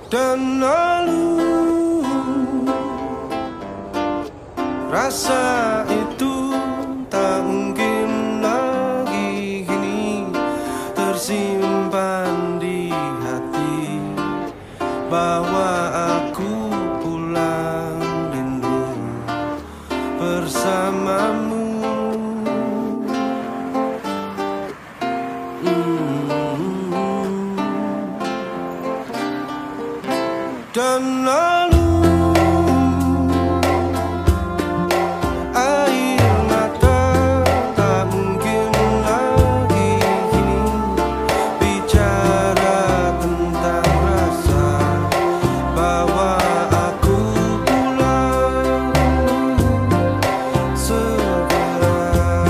Dan lalu rasa itu tak mungkin lagi kini tersimpan di hati, bahwa aku pulang rindu bersamamu. Dan lalu air mata tak mungkin lagi kini bicara tentang rasa, bahwa aku pulang segera.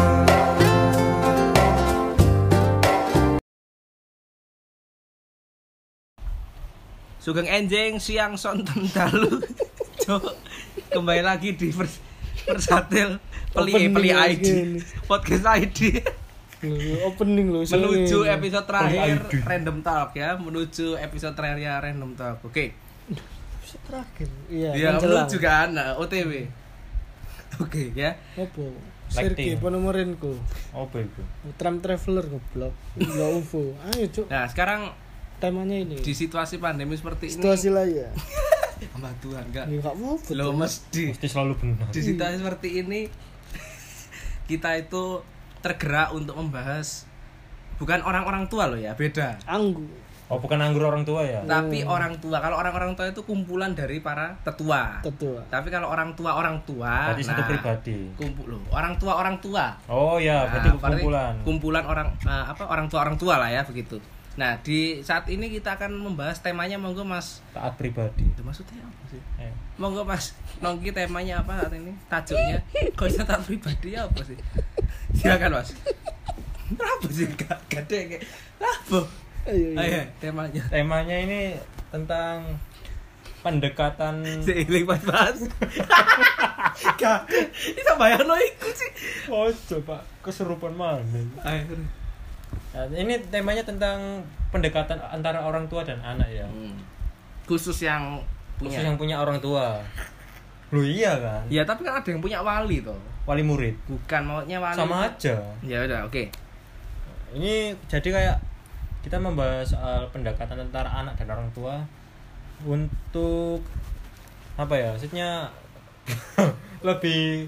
Sugeng enjing siang sonten dalu. Cok. Kembali lagi di Versatil Peli ID. Podcast ID. Opening loh. Menuju episode terakhir Random Talk ya, menuju episode terakhir Random Talk. Oke. Episode terakhir. Iya, Ya, menuju kan OTW. Oke ya. Opo? Sergei penomorinku. Apa itu? Tram traveler goblok. Enggak UFO. Ayo, Cuk. Nah, sekarang Temanya ini. di situasi pandemi seperti ini. Situasi lah ya. Hamba Tuhan enggak. Ya enggak apa-apa. Lo Cuk. mesti Selalu benar. di situasi seperti ini kita itu tergerak untuk membahas bukan orang-orang tua loh ya, beda. Anggu. Oh, bukan anggur orang tua ya? Tapi orang tua. Kalau orang-orang tua itu kumpulan dari para tetua. Tetua. Tapi kalau orang tua Berarti satu pribadi. Kumpul loh. Orang tua. Oh ya, berarti berarti kumpulan. Kumpulan orang tua lah ya begitu. Nah, di saat ini kita akan membahas temanya, monggo Mas. Taat pribadi. Itu maksudnya apa sih? Eh. Monggo Mas, Nongki temanya apa saat ini? Tajuknya kok bisa taat pribadi apa sih? Silakan Mas. Apa sih gede kayak apa? Ayo, temanya. Temanya ini tentang pendekatan. Seiling Mas. Gak, bisa bayangno iku sih. Oh, coba keserupan mana? Ayo. Nah, ini temanya tentang pendekatan antara orang tua dan anak ya. Khusus yang Khusus yang punya orang tua. Loh iya kan? Ya, tapi kan ada yang punya wali toh. Wali murid. Bukan maunya wali. Sama aja. Ya udah, oke. Ini jadi kayak kita membahas soal pendekatan antara anak dan orang tua untuk apa ya? Maksudnya lebih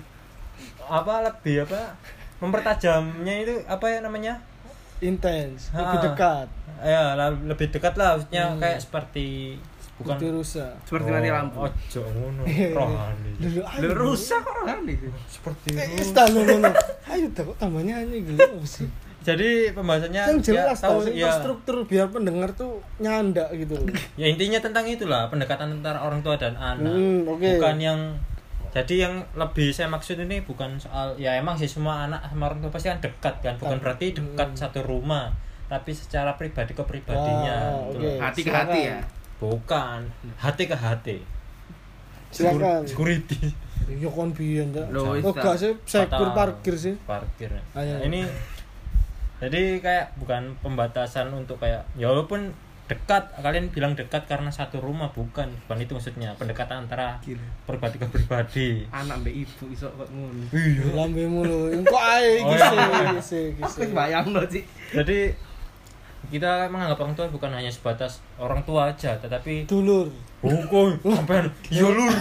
mempertajamnya itu apa ya namanya? Intens, lebih dekat. Ya, lebih dekat lah maksudnya kayak seperti bukan Seperti rusak. Seperti mati lampu. Ojo ngono. Rohani. Lu rusak kok rohani. Seperti Ngono. Ayo kok tambahnya ini gitu apa sih? Jadi pembahasannya Yang jelas tahu tahu ya. struktur biar pendengar tuh nyanda gitu. Ya intinya tentang itulah pendekatan antara orang tua dan anak. Oke. Bukan yang jadi yang lebih saya maksud ini bukan soal ya emang sih semua anak sama orang tua pasti kan dekat kan, bukan berarti dekat satu rumah, tapi secara pribadi ke pribadinya. Wow, gitu oke. loh. Hati ke hati ya. Bukan hati ke hati. Silakan. Security Ya kon biyen ta. Loh, Oh gak sih, sektor Fatal. parkir sih. parkir. Ayo. Nah, ini jadi kayak bukan pembatasan untuk kayak ya walaupun dekat, kalian bilang dekat karena satu rumah, bukan itu maksudnya. Pendekatan antara pribadi ke pribadi. Anak mbek ibu iso kok ngono. Iya. Lambemu lho. Engko ae Oh, iki Aku bayangno sih. Jadi kita menganggap orang tua bukan hanya sebatas orang tua aja, tetapi dulur. bukan sampean iya lur.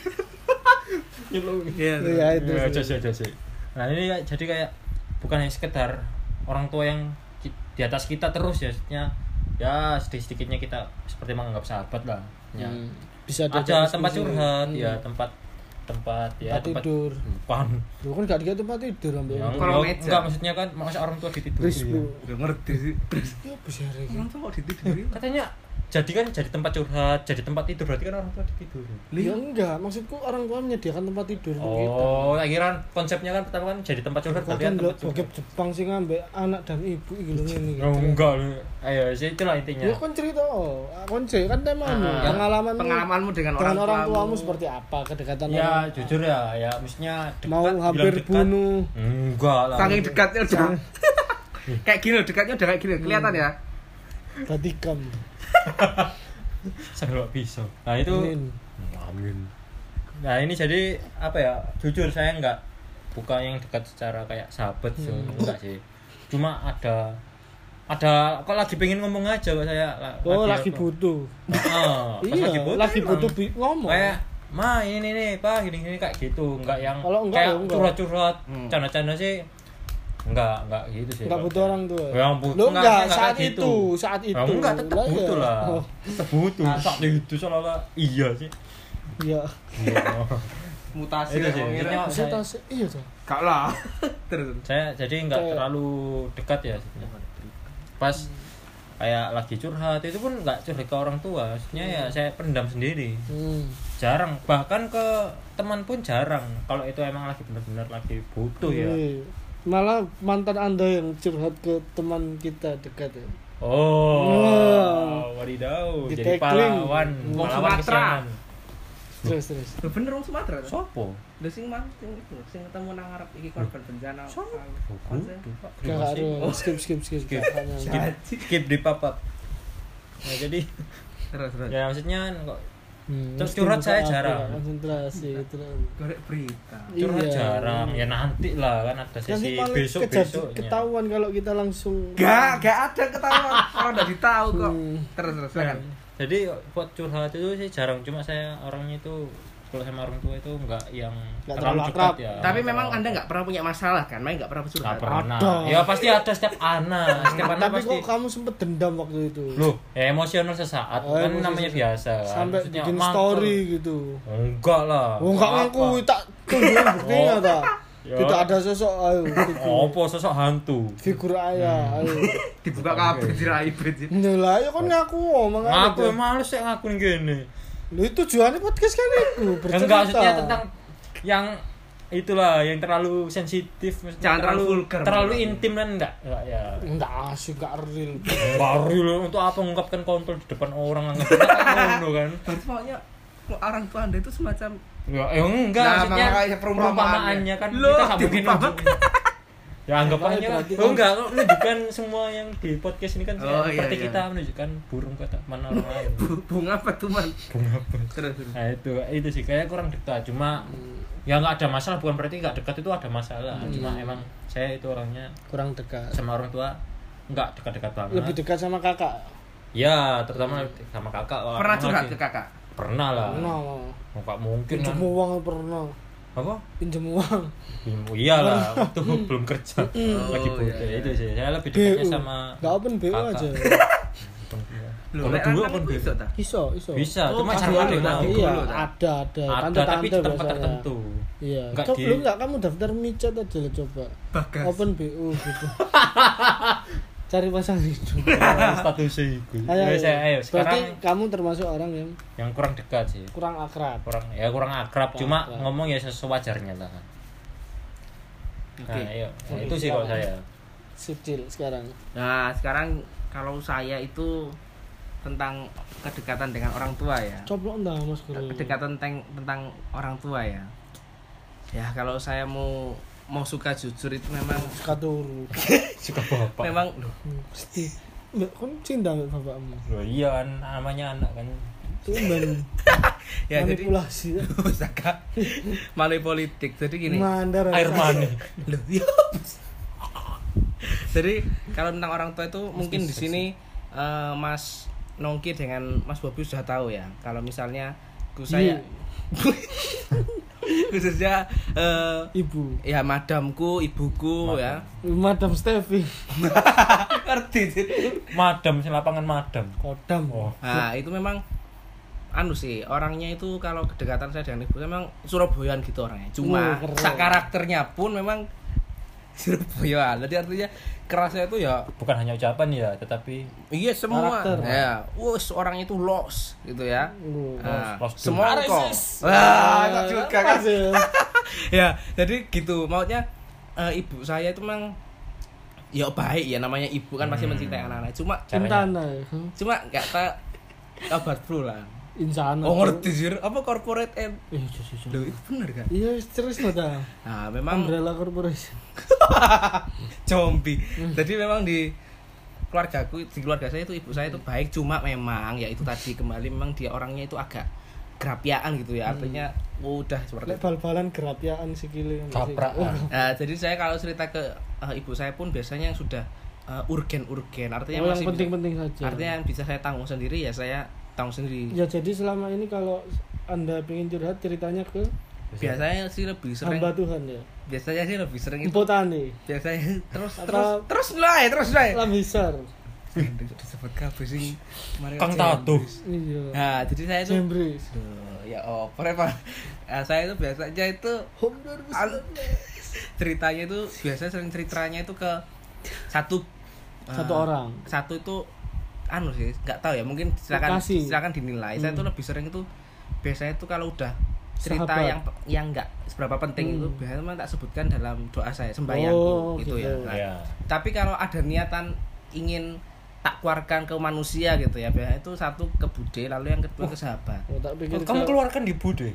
Iya. Ya itu. Ya, aja. Nah, ini jadi kayak bukan hanya sekedar orang tua yang di atas kita terus ya, maksudnya ya sedikit-sedikitnya kita seperti menganggap sahabat lah. Ya. Bisa Ada tempat curhat, ya tempat tidur. Bukan. Lu kan gak dikasih tempat tidur ambil. Ya, Kolong meja. enggak maksudnya kan masa orang tua ditiduri. Brisbu. Udah ngerti sih. Ya bisa iki. Orang tua kok ditiduri? Katanya jadi tempat curhat, jadi tempat tidur, berarti kan orang tua ditiduri. Ya enggak, maksudku orang tua menyediakan tempat tidur untuk kita. Oh, akhiran konsepnya kan pertama kan jadi tempat curhat, berarti kan Kan tempat bokep Jepang sih ngambek anak dan ibu iki lho ngene iki. Oh, enggak. Ayo, itulah intinya. Ya kan cerita, kan temamu, Pengalamanmu dengan orang tuamu seperti apa, kedekatan Ya orang. jujur ya maksudnya dekat, Mau bilang hampir dekat. bunuh. Enggak lah. saking dekatnya udah. Kayak gini loh, dekatnya udah kayak gini kelihatan ya. Batikam. Sambil bawa pisau. Nah itu amin. Nah ini jadi apa ya, jujur saya bukan yang dekat secara kayak sahabat enggak sih, cuma ada kok lagi pengen ngomong aja kok saya lagi butuh. Lagi butuh ngomong kayak ma ini nih pak gini kayak gitu, enggak yang kayak curhat canda-canda sih. Enggak gitu sih. Enggak butuh orang tua. Yang butuh enggak saat gitu. itu. Enggak tetap butuh lah. Tetap butuh. Saat itu soalnya iya sih. Iya. Mutasi itu sih. Mutasi. Iya tuh. Kak lah. Terus. Saya jadi enggak terlalu dekat ya. Pas kayak lagi curhat itu pun enggak curhat ke orang tua. Maksudnya ya saya pendam sendiri. Jarang, bahkan ke teman pun jarang. Kalau itu emang lagi benar-benar lagi butuh ya. Malah mantan Anda yang curhat ke teman kita dekat ya. Wadidaw. Jadi pahlawan Sumatera. Terus. Bener wong Sumatera. Sopo? Lha sing ketemu nang arep iki korban bencana. Gak harus skip. Skip di pop-up. Nah, jadi terus. Ya maksudnya kok curhat saya jarang. Konsentrasi terus. Gorek berita. Curhat jarang. Ya nanti lah kan ada sesi besok-besoknya. Ketahuan kalau kita langsung Gak ada ketahuan. Orang udah ditahu kok. Terus kan. Jadi buat curhat itu sih jarang, cuma saya orangnya itu kalau sama orang tua itu enggak yang terlalu dekat ya. Tapi memang Anda enggak pernah punya masalah kan? Main enggak pernah curhat. Enggak pernah. Ya pasti ada setiap anak. Tapi kok kamu sempet dendam waktu itu? Loh, ya emosional sesaat kan namanya biasa kan. Sampai bikin story gitu. Enggak lah. Enggak ngaku tak tunjukin buktinya ta. Tidak ada sosok apa sosok hantu. Figur ayah, ayo. Dibuka kabeh dirai bet. Lah ya kon ngaku omong ngaku males sik ngaku ngene. Lho tujuannya podcast kan itu bercerita. Enggak maksudnya tentang yang itulah yang terlalu sensitif, jangan terlalu vulgar, terlalu intim kan enggak ya. Enggak asik, enggak real. Baru untuk apa mengungkapkan kontol di depan orang anggap kan ngono kan. Berarti pokoknya orang tua Anda itu semacam ya enggak maksudnya perumpamaannya kan kita enggak mungkin ya anggap aja enggak menunjukkan semua yang di podcast ini kan seperti kita menunjukkan burung ke mana orang lain. Bunga apa tuh man? Bunga apa? Terus. Nah itu sih kayak kurang dekat, cuma ya enggak ada masalah, bukan berarti enggak dekat itu ada masalah. Cuma emang saya itu orangnya kurang dekat sama orang tua, enggak dekat-dekat banget. Lebih dekat sama kakak. Ya, terutama sama kakak. Pernah curhat ke kakak? Pernah lah. Enggak mungkin. Pinjam uang pernah. Apa? Pinjam uang. Iyalah, waktu belum kerja. Lagi butuh. Itu sih. Saya lebih dekatnya sama enggak open BO aja. Kalau dulu open BO Iso. Bisa, cuma jarang ada mau. Iya, ada. Ada tapi di tempat tertentu. Iya. Coba kamu daftar micet aja lah coba. Open BO gitu. Cari pasangan hidup. Statusnya itu. Ayo, sekarang kamu termasuk orang yang kurang dekat sih. Kurang akrab. Kurang akrab. Cuma ngomong ya sewajarnya lah. Nah, itu sih kalau saya. Subtil sekarang. Nah, sekarang kalau saya itu tentang kedekatan dengan orang tua ya. Coplok enggak Mas Guru? Kedekatan tentang orang tua ya. Ya, kalau saya mau suka jujur itu memang suka turu. Suka bapak. Memang pasti. Mbak kon cinta mbak bapakmu. Loh iya kan namanya anak kan. Tumben. Ya manipulasi. Money politik. Jadi gini. Mandar air mani. Loh iya. Jadi kalau tentang orang tua itu mungkin di sini Mas Nongki dengan Mas Bobi sudah tahu ya. Kalau misalnya saya khususnya ibu ya madamku, ibuku ya. Madam Steffi. Ngerti sih. Madam sing lapangan madam. Kodam. Nah, itu memang sih orangnya itu kalau kedekatan saya dengan ibu memang Surabayaan gitu orangnya. Cuma sak karakternya pun memang Surabaya. Jadi artinya kerasnya itu ya bukan hanya ucapan ya, tetapi iya semua. Karakter. Ya, orang itu los gitu ya. Semua kok. Wah, juga kan. Ya, jadi gitu. Maksudnya ibu saya itu memang ya baik ya, namanya ibu kan pasti mencintai anak-anak. Cuma enggak kabar flu lah. Insana. Oh ngerti sih, apa corporate and Loh, itu bener kan? Iya, serius dah. Nah, memang Umbrella Corporation. Zombie. Jadi memang di di keluarga saya itu ibu saya itu baik, cuma memang ya itu tadi kembali memang dia orangnya itu agak gerapiaan gitu ya, artinya udah seperti Lek bal-balan gerapiaan sikile. Caprak. Nah, jadi saya kalau cerita ke ibu saya pun biasanya yang sudah urgen-urgen, artinya yang masih penting-penting saja. artinya yang bisa saya tanggung sendiri ya saya tanggung sendiri. Ya jadi selama ini kalau Anda pengen curhat ceritanya ke Biasanya sih lebih sering hamba Tuhan ya. biasanya sih lebih sering itu Impotane. biasanya terus Atau- terus mulai Lam hisar. disebut kabeh sing mari Kang aja. Tato. Iya. Nah, jadi saya itu Jembris. ya Pak. Nah, saya itu biasanya itu Home 2019. ceritanya itu biasanya sering ceritanya itu ke satu orang. Satu itu sih nggak tahu ya, mungkin silakan Lokasi. silakan dinilai. Saya tuh lebih sering itu biasanya itu kalau udah cerita Sahabat. yang nggak seberapa penting itu biasanya memang tak sebutkan dalam doa saya sembahyangku gitu ya. Nah, Iya. tapi kalau ada niatan ingin tak keluarkan ke manusia gitu ya, biasanya itu satu ke bude, lalu yang kedua ke sahabat. Oh, tak pikir Kamu keluarkan di bude.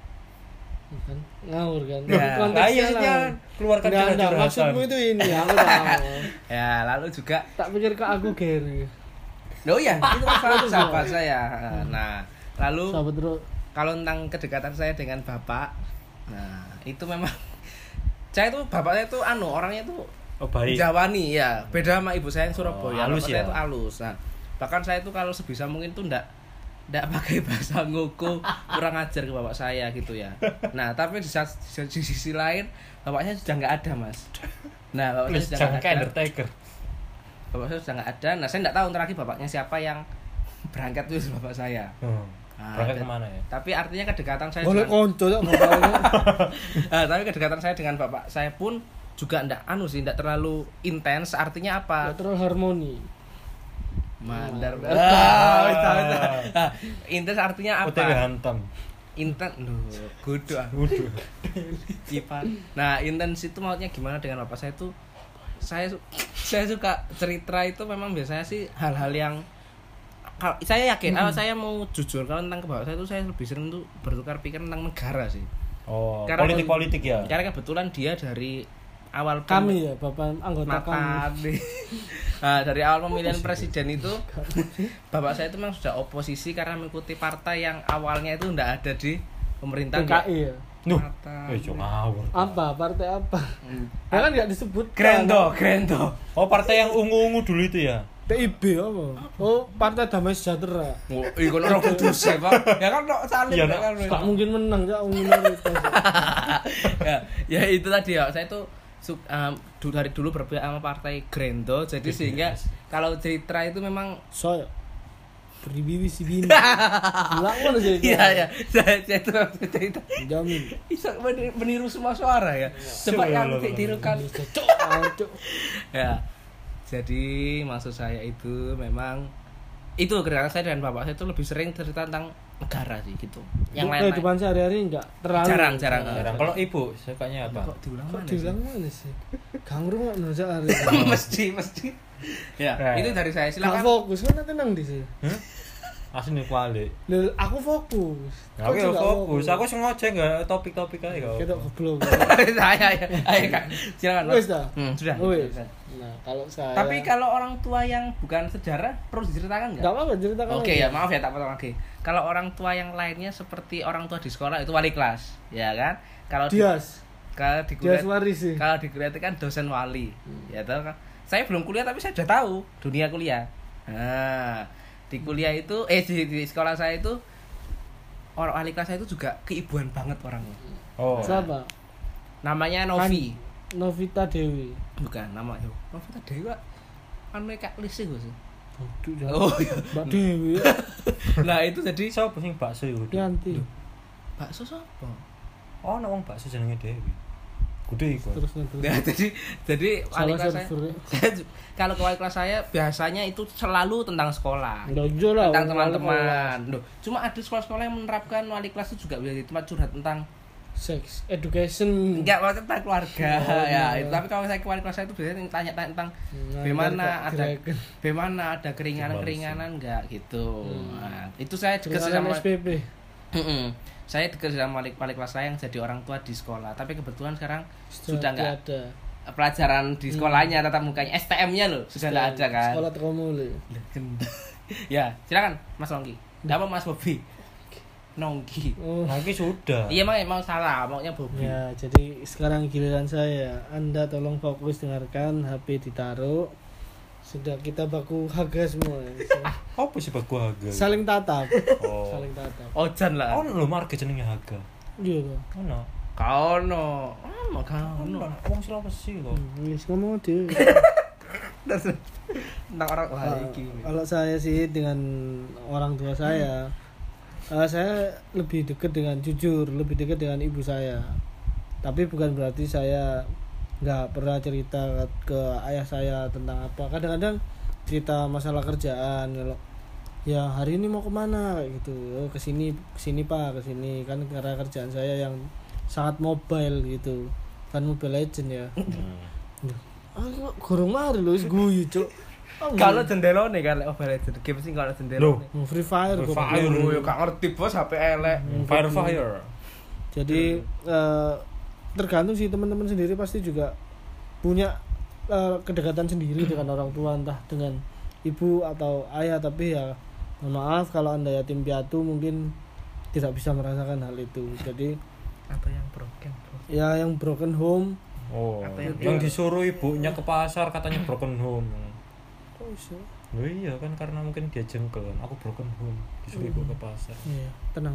kan ngawur kan. Ya, Konteksnya Akhirnya lah. keluarkan Nggak, curhat-curhatan. maksudmu itu ini aku tahu. Ya, lalu juga Tak pikir ke aku Gary. oh ya, itu sahabat saya. Nah, lalu Sahabat terus. kalau tentang kedekatan saya dengan bapak, nah itu memang saya itu bapak saya itu orangnya itu Oh baik. Jawani ya, beda sama ibu saya yang Surabaya. halus Bapak ya? saya itu halus. Nah, bahkan saya itu kalau sebisa mungkin tuh ndak pakai bahasa ngoko, kurang ajar ke bapak saya gitu ya. Nah, tapi di sisi lain bapaknya sudah nggak ada, Mas. Nah, bapak saya sudah Jangan nggak kayak ada. Undertaker. Bapak saya sudah nggak ada. Nah, saya nggak tahu terakhir bapaknya siapa yang berangkat itu bapak saya. Nah, Berangkat dan- kemana ya? Tapi artinya kedekatan saya Boleh dengan, konco ya bapaknya. tapi kedekatan saya dengan bapak saya pun juga ndak ndak terlalu intens. Artinya apa? Nggak terlalu harmoni. Mandar. Ah. Intens artinya OTW apa? hantam. Intens kudu ah. Waduh. Ipan. Nah, intens itu maksudnya gimana dengan bapak saya itu saya suka cerita itu memang biasanya sih hal-hal yang kalau saya yakin saya mau jujur kalau tentang ke bapak saya itu saya lebih sering tuh bertukar pikiran tentang negara sih. Oh, Karena- politik-politik ya. Karena kebetulan dia dari awal Kami ya, Bapak anggota kami. Nah, dari awal pemilihan presiden itu bapak saya itu memang sudah oposisi karena mengikuti partai yang awalnya itu tidak ada di pemerintahan. PKI ya. Nuh. Partai. Ngawur. Apa? Partai apa? Ya kan nggak disebut. Grendo. Oh, partai yang ungu-ungu dulu itu ya. PIB apa? Oh, Partai Damai Sejahtera. Oh, iku ora kudus ya, Pak. Ya kan kok salib Iya, ya kan. Tak mungkin menang ya minoritas. Ya itu tadi ya, saya tuh dari dulu berpihak sama partai Grendo, jadi sehingga kalau cerita itu memang Saya beribiwi si bini. Bilang mana jadi? iya saya itu cerita Jamin. bisa meniru semua suara ya. Coba yang ditirukan. Cok. Ya. Jadi maksud saya itu memang itu karena saya dan bapak saya itu lebih sering cerita tentang negara sih gitu. Yang lain Kehidupan sehari-hari enggak terlalu. jarang. Jarang. Kalau ibu sukanya apa? Kok diulang Kok mana diulang mana sih? Ganggu nggak ngerja hari. sih? mesti. Ya, Nah. itu dari saya Gak silakan. fokus kan tenang di sini. Asli kuali. Lho, aku fokus. Aku ya Kok juga fokus. Aku sengaja enggak topik-topik aja kok. Kita goblok. saya ayo Kak. Silakan. Mas. Wes dah. Sudah. Wes. Nah, kalau saya Tapi kalau orang tua yang bukan sejarah perlu diceritakan enggak nggak? apa-apa ceritakan. Oke aja. ya, maaf ya tak potong lagi. Kalau orang tua yang lainnya seperti orang tua di sekolah itu wali kelas, ya kan? Kalau kalau di Dias waris sih. kalau di kuliah itu kan dosen wali, ya tahu kan? Saya belum kuliah tapi saya sudah tahu dunia kuliah. Nah, di kuliah itu di sekolah saya itu orang wali kelas saya itu juga keibuan banget orangnya. Oh. Siapa? Namanya Novi. Novita Dewi. Bukan nama Novita Dewi. Anu Kak Lisi gue sih. Aduh, jangan. Oh iya. Mbak Dewi. Nah, itu jadi Siapa sing bakso iku? Yanti. bakso sapa? Oh, ana wong bakso jenenge Dewi. Gede iku. Terus. Nah, jadi wali Salah kelas saya, server. kalau ke wali kelas saya biasanya itu selalu tentang sekolah, Dojo lah. tentang teman-teman. Loh, cuma ada sekolah-sekolah yang menerapkan wali kelas itu juga menjadi tempat curhat tentang Sex education. enggak maksudnya tentang keluarga Oh, ya. iya. Tapi kalau saya ke wali kelas saya itu biasanya tanya-tanya tentang Nah, bagaimana Kak ada Dragon. bagaimana ada keringanan-keringanan enggak gitu. Nah, itu saya dekat Keringanan sama SPP. saya dekat sama wali kelas saya yang jadi orang tua di sekolah. Tapi kebetulan sekarang sudah Tidak enggak ada. pelajaran di sekolahnya tatap mukanya STM-nya loh sudah enggak ada kan. Sekolah teko mule. Ya, silakan Mas Nongki. Enggak apa Mas Bobi? Nongki. Nongki sudah. Iya mau salah, maunya Bobi. Ya, jadi sekarang giliran saya. Anda tolong fokus dengarkan, HP ditaruh. Sudah kita baku haga semua. Apa sih baku haga? Saling tatap. Oh. Saling tatap. Ojan lah. Ono lho marga jenenge haga. Iya toh. Ono. Kaono. Wong Sulawesi lho. Wis ngomong dhewe. Tentang orang wah iki. Kalau saya sih dengan orang tua saya lebih dekat dengan lebih dekat dengan ibu saya. Tapi bukan berarti saya nggak pernah cerita ke ayah saya tentang apa. Kadang-kadang cerita masalah kerjaan, kalau ya hari ini mau kemana kayak gitu. Oh, kesini Pak, kesini kan karena kerjaan saya yang sangat mobile gitu. Kan Mobile Legend ya. Aku gorong mari lho wis guyu, Cuk. Kalau jendelone kan lek Mobile Legends game sing kalau jendelone. Free Fire kok. Yo gak ngerti bos HP elek. Fire. Jadi tergantung sih, teman-teman sendiri pasti juga punya kedekatan sendiri dengan orang tua, entah dengan ibu atau ayah. Tapi ya mohon maaf kalau Anda yatim piatu mungkin tidak bisa merasakan hal itu. Jadi apa yang broken? ya yang broken home. Oh, Apa yang disuruh ibunya ke pasar katanya broken home. Kok iso? Oh iya kan karena mungkin dia jengkel kan. Aku broken home disuruh ibu ke pasar. Iya, tenang.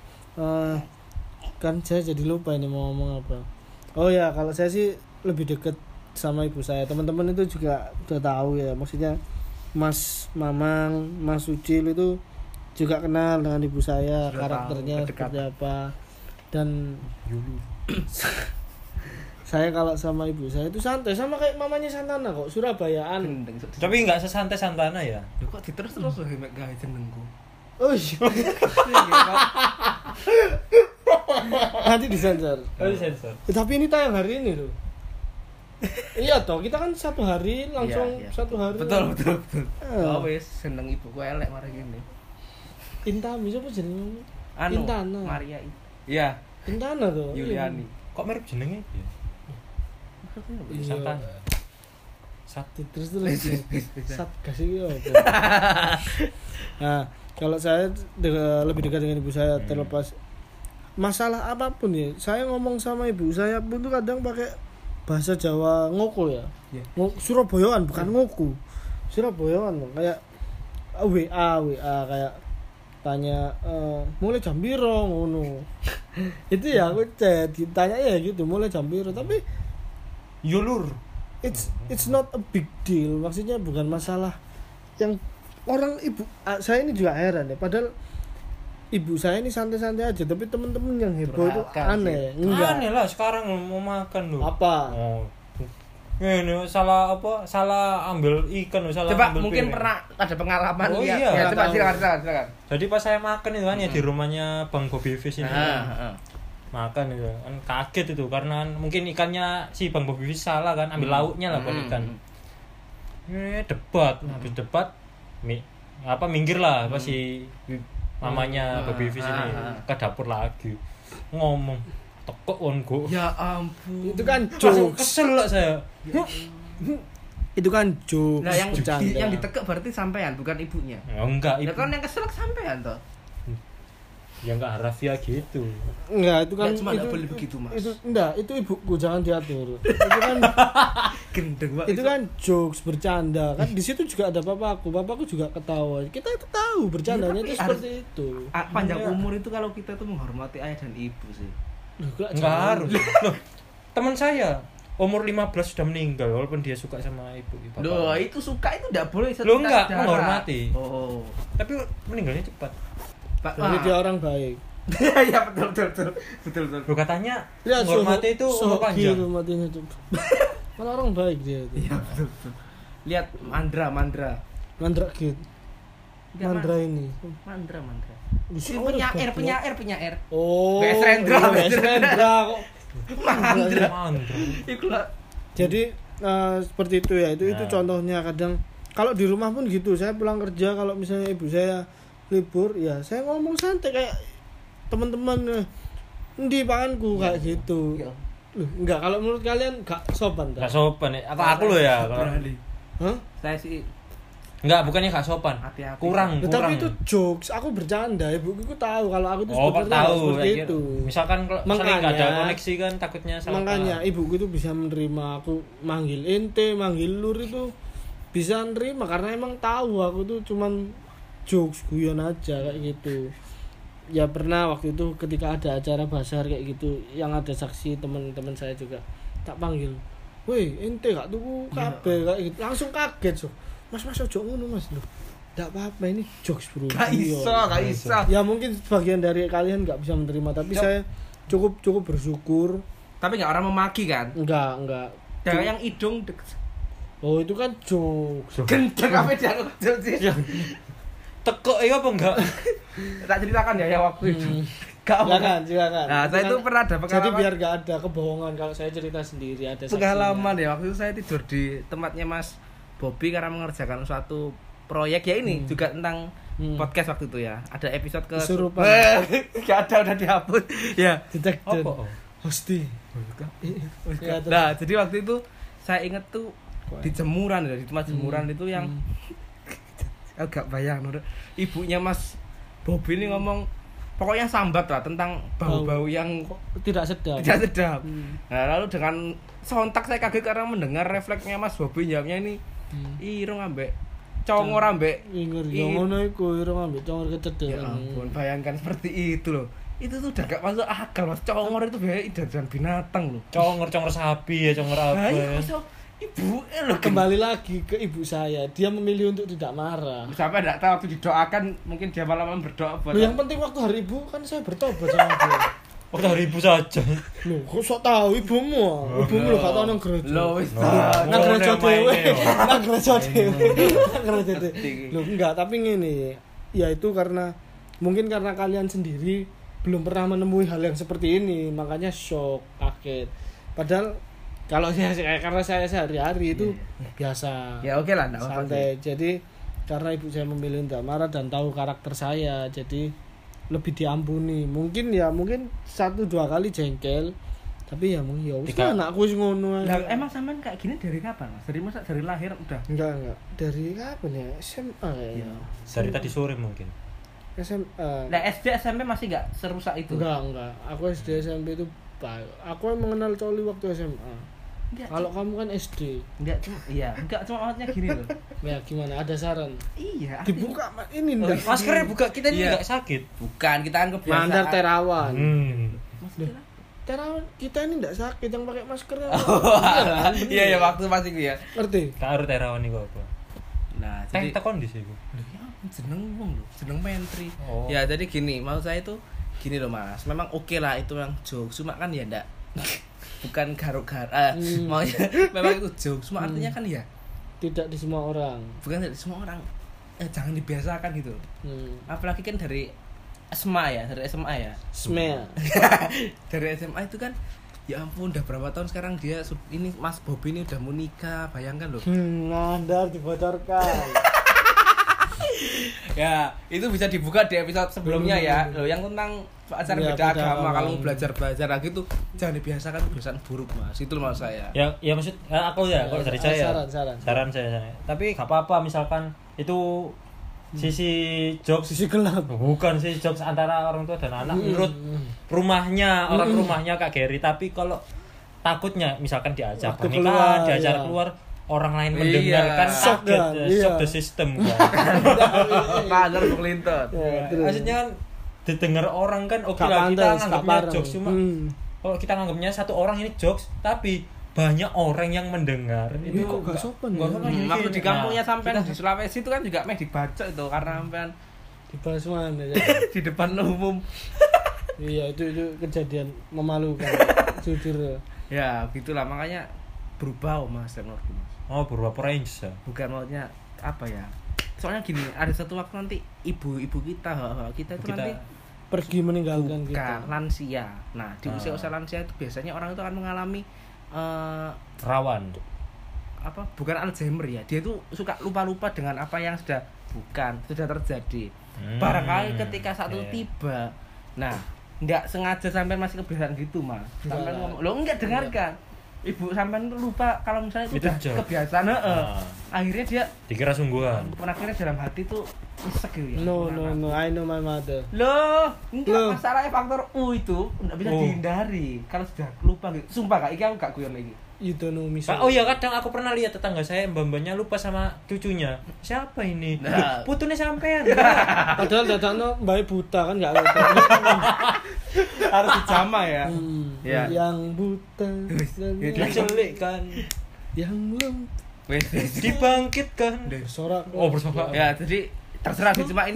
Kan saya jadi lupa ini mau ngomong apa. Oh ya, kalau saya sih lebih dekat sama ibu saya. Teman-teman itu juga udah tahu ya. Maksudnya Mas Mamang, Mas Ucil itu juga kenal dengan ibu saya, sudah karakternya tahu, seperti apa. Dan saya kalau sama ibu saya itu santai, sama kayak mamanya Santana kok, Surabayaan. Tapi enggak sesantai Santana ya. Lho kok diterus-terus lho mek gawe jenengku. Oh iya. Nanti disensor. Oh, sensor. Tapi ini tayang hari ini loh. Iya toh, kita kan satu hari langsung Iya. satu hari. Betul. Ah. Oh wis seneng ibuku elek mari ngene. Intami siapa jenenge? Anu, Intana. Maria. Iya, Intana tuh. Yuliani. Kok mirip jenenge ya? Iya. Santana. Satu Terus sat kasih apa? Nah, kalau saya lebih dekat dengan ibu saya, terlepas masalah apapun ya. Saya ngomong sama ibu saya pun tuh kadang pakai bahasa Jawa ngoko ya. Yeah. Surabayaan bukan ngoku. Surabayaan kayak WA kayak tanya mulai jam piro ngono. Itu ya aku chat ditanya ya gitu mulai jam piro, tapi Yulur. it's not a big deal. Maksudnya bukan masalah yang orang ibu saya ini juga heran ya, padahal ibu saya ini santai-santai aja, tapi temen-temen yang heboh itu aneh. Enggak. Aneh lah sekarang mau makan loh. Apa? Oh. Ini salah apa? Salah ambil ikan, salah Coba ambil mungkin piring. pernah ada pengalaman Oh lihat. iya. Ya, coba Tahu. silakan. Jadi pas saya makan itu kan ya di rumahnya Bang Bobby Fish ini. Heeh. Makan itu kan kaget itu karena mungkin ikannya si Bang Bobby Fish salah kan ambil lauknya lah buat ikan. Debat, habis debat minggir lah apa si mamanya Bobby Fish ini ke dapur lagi ngomong tekok onku. Ya ampun. Itu kan Langsung jokes. kesel lah saya. Itu kan jokes. Nah, yang bercanda. yang ditekek berarti sampean bukan ibunya. Ya enggak Ya ibu. kan yang kesel sampean toh. Ya enggak harfiah gitu. Enggak, itu kan Nggak, cuma nggak boleh begitu, Mas. Itu enggak, itu ibuku jangan diatur. Itu kan Gendeng Pak. itu kan jokes bercanda. Kan di situ juga ada papaku. Papaku juga ketawa. Kita itu tahu bercandanya Ya, tapi itu seperti itu. Panjang Iya. umur itu kalau kita tuh menghormati ayah dan ibu sih. Enggak Enggak harus. Loh, teman saya umur 15 sudah meninggal walaupun dia suka sama ibu. Loh, itu suka itu enggak boleh Loh, enggak, darah. menghormati. Oh. Tapi meninggalnya cepat. Pak. Jadi dia orang baik. Ya betul. Loh katanya Lihat menghormati itu umur panjang. matinya tuh. Malah orang baik dia itu. Iya betul. Lihat Mandra. Mandra gitu. Dia Mandra ini. Mandra. Bisa Penyair. Oh. BS Rendra, BS Rendra kok. Mandra. Mandra. Iku lah. Jadi seperti itu ya. Itu Nah. contohnya. Kadang kalau di rumah pun gitu. Saya pulang kerja kalau misalnya ibu saya libur, ya saya ngomong santai kayak teman-teman. Endi panganku kayak gitu. Iya. Loh, enggak, kalau menurut kalian enggak sopan Gak tak? sopan ya. Aku loh ya. Kalau Berani. Hah? Saya sih enggak, bukannya gak sopan. Hati-hati. Kurang. Tapi itu jokes, aku bercanda, ibuku tahu kalau aku tuh Oh, kok sebenarnya tahu seperti saya kira. itu. Misalkan kalau misalnya nggak ada Makanya- koneksi kan takutnya salah Makanya paham. ibuku itu bisa menerima aku manggil ente, manggil lur itu bisa nerima karena emang tahu aku tuh cuman jokes guyon aja kayak gitu. Ya pernah waktu itu ketika ada acara bazar kayak gitu yang ada saksi teman-teman saya juga tak panggil, woi ente gak tuku kabeh kayak gitu, langsung kaget so, mas ojo ngono mas, loh gak apa-apa ini jokes bro. gak iso, gak iso. Ya mungkin sebagian dari kalian nggak bisa menerima tapi Cok. saya cukup bersyukur. Tapi enggak orang memaki kan? Enggak. Jangan yang hidung Oh itu kan jokes. gendeng apa dia sih? Teko apa enggak? Tak ceritakan ya waktu itu. Gak Silakan. Nah, saya itu pernah ada Jadi pengalaman. biar gak ada kebohongan kalau saya cerita sendiri ada saksinya. Pengalaman ya waktu itu saya tidur di tempatnya Mas Bobby karena mengerjakan suatu proyek ya ini juga tentang podcast waktu itu ya. Ada episode Kesurupan. Gak ada, udah dihapus. Ya. Detektif. Apa? Hosti. Ya, terus. Nah, jadi waktu itu saya inget tuh di jemuran ya, di tempat jemuran itu yang agak bayang ibunya Mas Bobby ini ngomong pokoknya sambat lah tentang bau-bau yang Tidak sedap. tidak sedap. Nah, lalu dengan sontak saya kaget karena mendengar refleksnya Mas Bobby jawabnya ini irung ambek congor ambek Ingat yang ngono iku irung ambek congor kecedek. ya ampun, bayangkan seperti itu loh. Itu tuh udah gak masuk akal Mas. Congor itu biasanya identik binatang loh. Congor sapi ya, congor apa? Nah, ya. iya, masuk ibu loh. Kembali lagi ke ibu saya, dia memilih untuk tidak marah. Sampai enggak tahu waktu didoakan mungkin dia malam-malam berdoa buat Loh, yang penting waktu hari ibu kan saya bertobat sama dia. Waktu hari ibu saja. Loh, kok sok tahu ibumu? Ibumu lho gak tau nang gereja. Loh, wis Nang gereja dhewe. Nang gereja dhewe. Iya. Nang gereja dhewe. Loh, enggak, tapi ngene. Ya itu karena mungkin karena kalian sendiri belum pernah menemui hal yang seperti ini, makanya shock, kaget. Padahal kalau karena saya sehari-hari itu biasa. Ya oke lah, enggak apa-apa. Santai. Jadi karena ibu saya memilih tidak marah dan tahu karakter saya, jadi lebih diampuni. Mungkin 1-2 kali jengkel, tapi ya mungkin ya wis Tiga. anakku wis ngono. Lah emang sampean kayak gini dari kapan, Mas? Dari lahir udah. Enggak. Dari kapan ya? SMA Iya. ya. Dari tadi sore mungkin. SMA. Nah, SD SMP masih enggak serusak itu. Enggak. Aku SD SMP itu baik. Aku mengenal coli waktu SMA. Enggak. Kalau kamu kan SD. Enggak cuma maksudnya gini loh. Ya gimana? Ada saran? Iya. Dibuka ini enggak? Maskernya buka, kita ini Iya. enggak sakit. Bukan, kita kan kebiasaan. Mandar terawan. Maksudnya? Terawan kita ini enggak sakit yang pakai masker. Iya ya waktu masih ya. Ngerti? Karo terawan iku apa? Nah, Teh jadi tekon di sini. Loh, ya jeneng wong lho, jeneng menteri. Oh. Ya jadi gini, mau saya itu gini loh Mas. Memang oke lah itu yang jokes, cuma kan ya ndak bukan garuk-garuk. Maunya memang itu jokes, cuma artinya kan ya Tidak di semua orang. bukan dari semua orang jangan dibiasakan gitu. Hmm. Apalagi kan dari SMA ya. Smell. Dari SMA itu kan ya ampun udah berapa tahun sekarang dia ini Mas Bobby ini udah mau nikah, bayangkan loh. Ngandar dibocorkan. Ya, itu bisa dibuka di episode sebelumnya ya. Loh, yang tentang acara Ya, beda beda agama, agama. kalau mau belajar lagi tuh jangan dibiasakan kebiasaan buruk, Mas. Itu loh maksud saya. Ya maksud aku ya, kalau dari saya. Saran. Saya. Tapi gak apa-apa misalkan itu sisi jokes Sisi gelap. bukan sih jokes antara orang tua dan anak menurut rumahnya orang rumahnya Kak Geri, tapi kalau takutnya misalkan diajak Waktu pernikahan, keluar, diajar ya. keluar orang lain Iya. mendengar kan Shock kaget kan, ya, iya. shock the system kan. Padahal Clinton. Ya, terus. Maksudnya kan didengar orang kan oke Gak lah kita pantas, gak nganggapnya pareng. jokes cuma Hmm. kalau kita nganggapnya satu orang ini jokes tapi banyak orang yang mendengar Ini kok gak sopan ya? Waktu di kampungnya sampean kita- di Sulawesi itu kan juga meh dibaca itu karena sampean Dibahas mana ya? di depan umum. Iya, itu kejadian memalukan. Jujur. Ya, gitulah makanya berubah Mas menurutku, Mas. oh berubah range ya. Bukan maksudnya apa ya? Soalnya gini, ada satu waktu nanti ibu-ibu kita itu Kita nanti Pergi meninggalkan bukan kita. lansia. Nah, di Ah. usia-usia lansia itu biasanya orang itu akan mengalami rawan bukan Alzheimer ya. Dia itu suka lupa-lupa dengan apa yang sudah terjadi. Barangkali ketika satu iya. tiba. Nah, enggak sengaja sampai masih kebiasaan gitu, Mas. Sampai Enggak. ngomong, "Loh, enggak dengarkan." Ibu sampean tuh lupa kalau misalnya itu Itu udah joke. kebiasaan, Akhirnya dia Dikira sungguhan. akhirnya dalam hati tuh isek gitu ya. No, I know my mother. Loh, enggak Loh. masalahnya faktor U itu enggak bisa Oh. dihindari. Kalau sudah lupa gitu. Sumpah Kak, iki aku gak guyon lagi. You don't know me. Oh iya, kadang aku pernah lihat tetangga saya mbak-mbaknya lupa sama cucunya. Siapa ini? Nah. Putunya sampean. Padahal dadakno mbak buta kan enggak ngerti. Harus dijama ya. Ya. Yang buta dan Diculik kan. yang belum Wes. Dibangkitkan. bersorak. Oh, bersorak. Ya, jadi terserah sih, cuma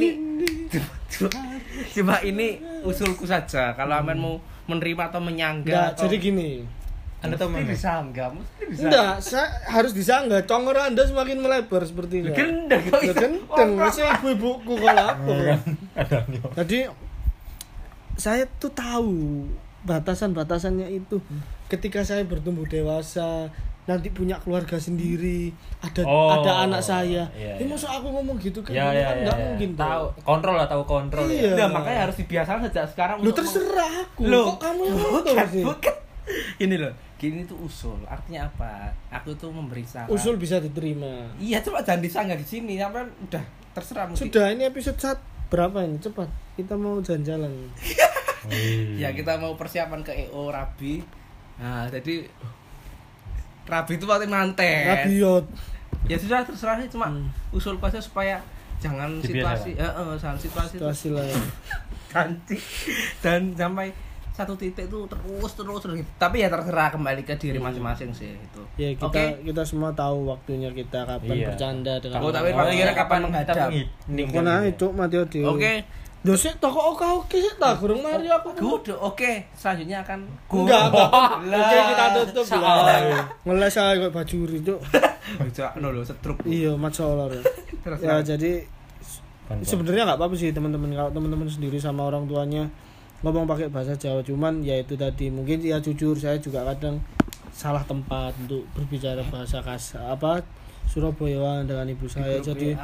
ini usulku saja. Kalau aman mau menerima atau menyanggah Enggak, atau jadi gini. Anda tahu mesti mana? disanggah, mesti bisa. Enggak, saya harus disanggah. Congor Anda semakin melebar sepertinya. Gendeng kok Ya iso. gendeng, masih ibu-ibuku kalau apa. Ada nih. Jadi saya tuh tahu batasan-batasannya itu. Ketika saya bertumbuh dewasa, nanti punya keluarga sendiri, ada anak saya. Iya, Ini iya. masuk aku ngomong gitu kan? Ya, Ini ya, kan ya, nggak ya. mungkin Tahu kontrol lah, tahu kontrol Iya. ya. Nah, makanya harus dibiasakan sejak sekarang Lu untuk terserah aku. Loh. Kok kamu yang ngomong sih? bukan. Ini loh, gini tuh usul. Artinya apa? Aku tuh memberi saran. Usul bisa diterima. Iya, coba jangan disanggah di sini. Sampai udah terserah mungkin. Sudah, ini episode berapa ini? Cepat. Kita mau jalan-jalan. Ya, kita mau persiapan ke EO Rabi. Nah, jadi Rabi itu waktu manten. Rabiot. Ya sudah terserah sih, cuma usul kuasa supaya jangan Dibiasakan. situasi, jangan situasi itu Situasi lah ya. ganti dan sampai satu titik itu terus gitu. Tapi ya terserah kembali ke diri masing-masing sih itu. Ya Oke. kita semua tahu waktunya kita kapan Iya. bercanda dengan Oh, tapi orang. paling kira kapan menghadap. Kok naik cuk mati ode. Oke. Yo sik toko oke sik ta gurung mari aku. Good. Oke, selanjutnya akan Enggak. Oke kita tutup Salah. lah. Ngeles aja kok bajuri cuk. baca lho setruk. Iya, masalah ya. Terus Ya jadi sebenarnya nggak apa-apa sih teman-teman kalau teman-teman sendiri sama orang tuanya ngomong pakai bahasa Jawa, cuman ya itu tadi mungkin ya jujur saya juga kadang salah tempat untuk berbicara bahasa kasar Surabayaan dengan ibu saya jadi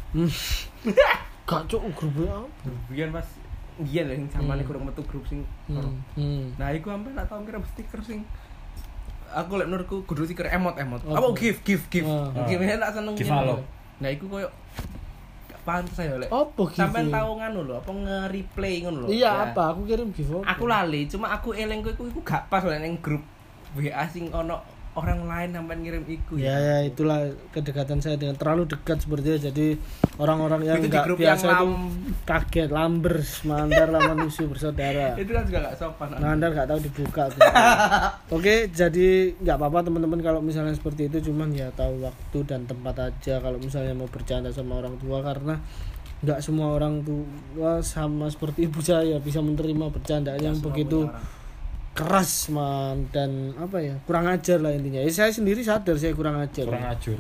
gak cuk grup WA. biyen Mas. Iya lho sing zamane kurang metu grup sing. Nah, iku sampe nak tau kira stiker sing aku lek menurutku kudu stiker emot-emot. Apa give. Give nak seneng. Give ngene alo. lho. Nah, iku koyo gak pantes ae lek. Apa give? Sampeyan tau nganu lho, apa nge-replay ngono lho. Iya Ya. apa aku kirim give apa? Aku lali, cuma aku elingku iku gak pas lek ning grup WA sing ono orang lain sampean ngirim iku Ya itulah kedekatan saya dengan terlalu dekat seperti itu, jadi orang-orang yang Itu di nggak grup biasa yang itu kaget lambers mandar lah manusia bersaudara. Itu kan juga gak sopan. Mandar nggak tahu dibuka. Oke, jadi nggak apa-apa teman-teman kalau misalnya seperti itu, cuman ya tahu waktu dan tempat aja kalau misalnya mau bercanda sama orang tua, karena nggak semua orang tua sama seperti ibu saya bisa menerima bercandaan yang begitu keras man dan apa ya kurang ajar lah intinya. Ya, saya sendiri sadar saya kurang ajar. kurang ajur.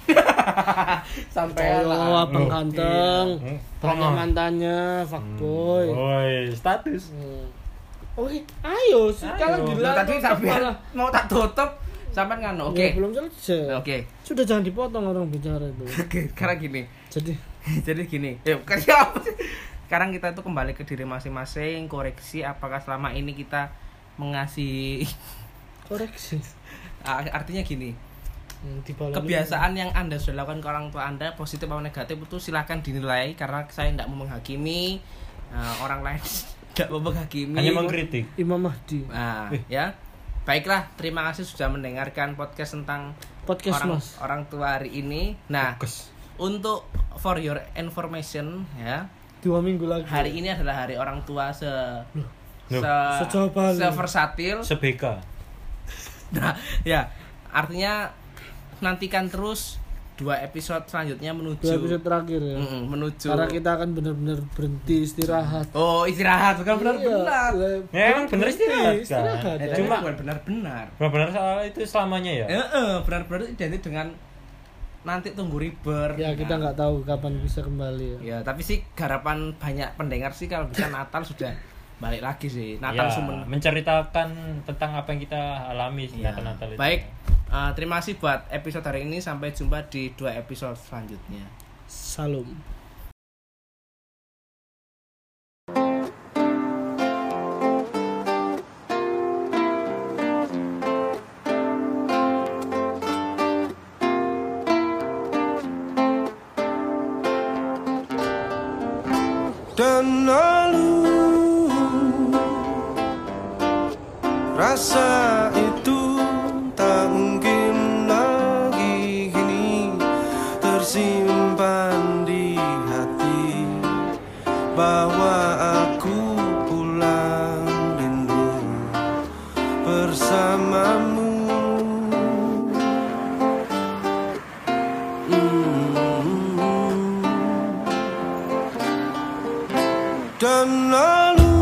Sampai Oh, abang ganteng, Iya. banyak mantannya, fuckboy. Woi, status. Oke, ayo sekarang gila. Tadi sampean mau tak tutup sampean nganu. Ya, Oke. belum selesai. Oke. Sudah jangan dipotong orang bicara itu. Oke, sekarang gini. Jadi gini. Apa sih? Sekarang kita tuh kembali ke diri masing-masing, koreksi apakah selama ini kita mengasih koreksi. artinya gini. Dibalani. Kebiasaan yang Anda sudah lakukan ke orang tua Anda positif atau negatif itu silahkan dinilai, karena saya tidak mau menghakimi, orang lain tidak mau menghakimi, Hanya mengkritik. Imam Mahdi. Nah, ya. Baiklah, terima kasih sudah mendengarkan podcast tentang Podcast Mas. orang tua hari ini. Nah, untuk for your information ya, 2 minggu lagi. hari ini adalah hari orang tua Sejauh Bali. versatil. Sebeka. Nah, ya, artinya nantikan terus 2 episode selanjutnya menuju 2 episode terakhir ya. menuju. Karena kita akan benar-benar berhenti istirahat. Oh, istirahat bukan benar-benar. Ya, emang bener istirahat, kan? Istirahat. Eh, ya. tapi Cuma- bukan benar-benar. Benar-benar soal itu selamanya ya. Benar-benar identik dengan nanti tunggu rebirth. Ya kita nggak tahu kapan bisa kembali ya. Ya, tapi sih harapan banyak pendengar sih kalau bisa Natal sudah balik lagi sih. Natal Ya, Sumen. menceritakan tentang apa yang kita alami Ya. Natal itu. Baik, terima kasih buat episode hari ini. Sampai jumpa di 2 episode selanjutnya. Salam. dan lalu. Rasa itu tak mungkin lagi kini tersimpan di hati, bahwa aku pulang rindu bersamamu. Dan lalu